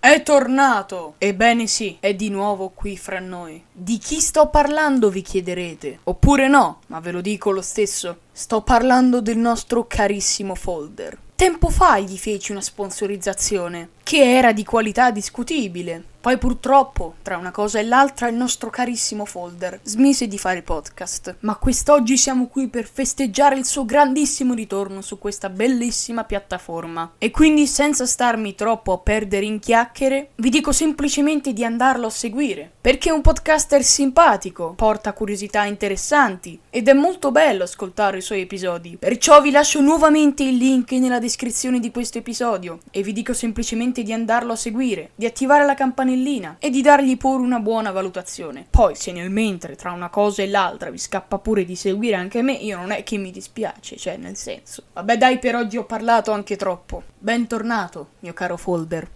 È tornato! Ebbene sì, è di nuovo qui fra noi. Di chi sto parlando, vi chiederete? Oppure no, ma ve lo dico lo stesso. Sto parlando del nostro carissimo Folder. Tempo fa gli feci una sponsorizzazione, che era di qualità discutibile. Poi purtroppo, tra una cosa e l'altra, il nostro carissimo Folder smise di fare podcast. Ma quest'oggi siamo qui per festeggiare il suo grandissimo ritorno su questa bellissima piattaforma. E quindi, senza starmi troppo a perdere in chiacchiere, vi dico semplicemente di andarlo a seguire. Perché è un podcaster simpatico, porta curiosità interessanti ed è molto bello ascoltare i suoi episodi. Perciò vi lascio nuovamente il link nella descrizione di questo episodio e vi dico semplicemente di andarlo a seguire, di attivare la campanellina e di dargli pure una buona valutazione. Poi se nel mentre tra una cosa e l'altra vi scappa pure di seguire anche me, io non è che mi dispiace, cioè nel senso. Vabbè dai, per oggi ho parlato anche troppo. Bentornato, mio caro Folder.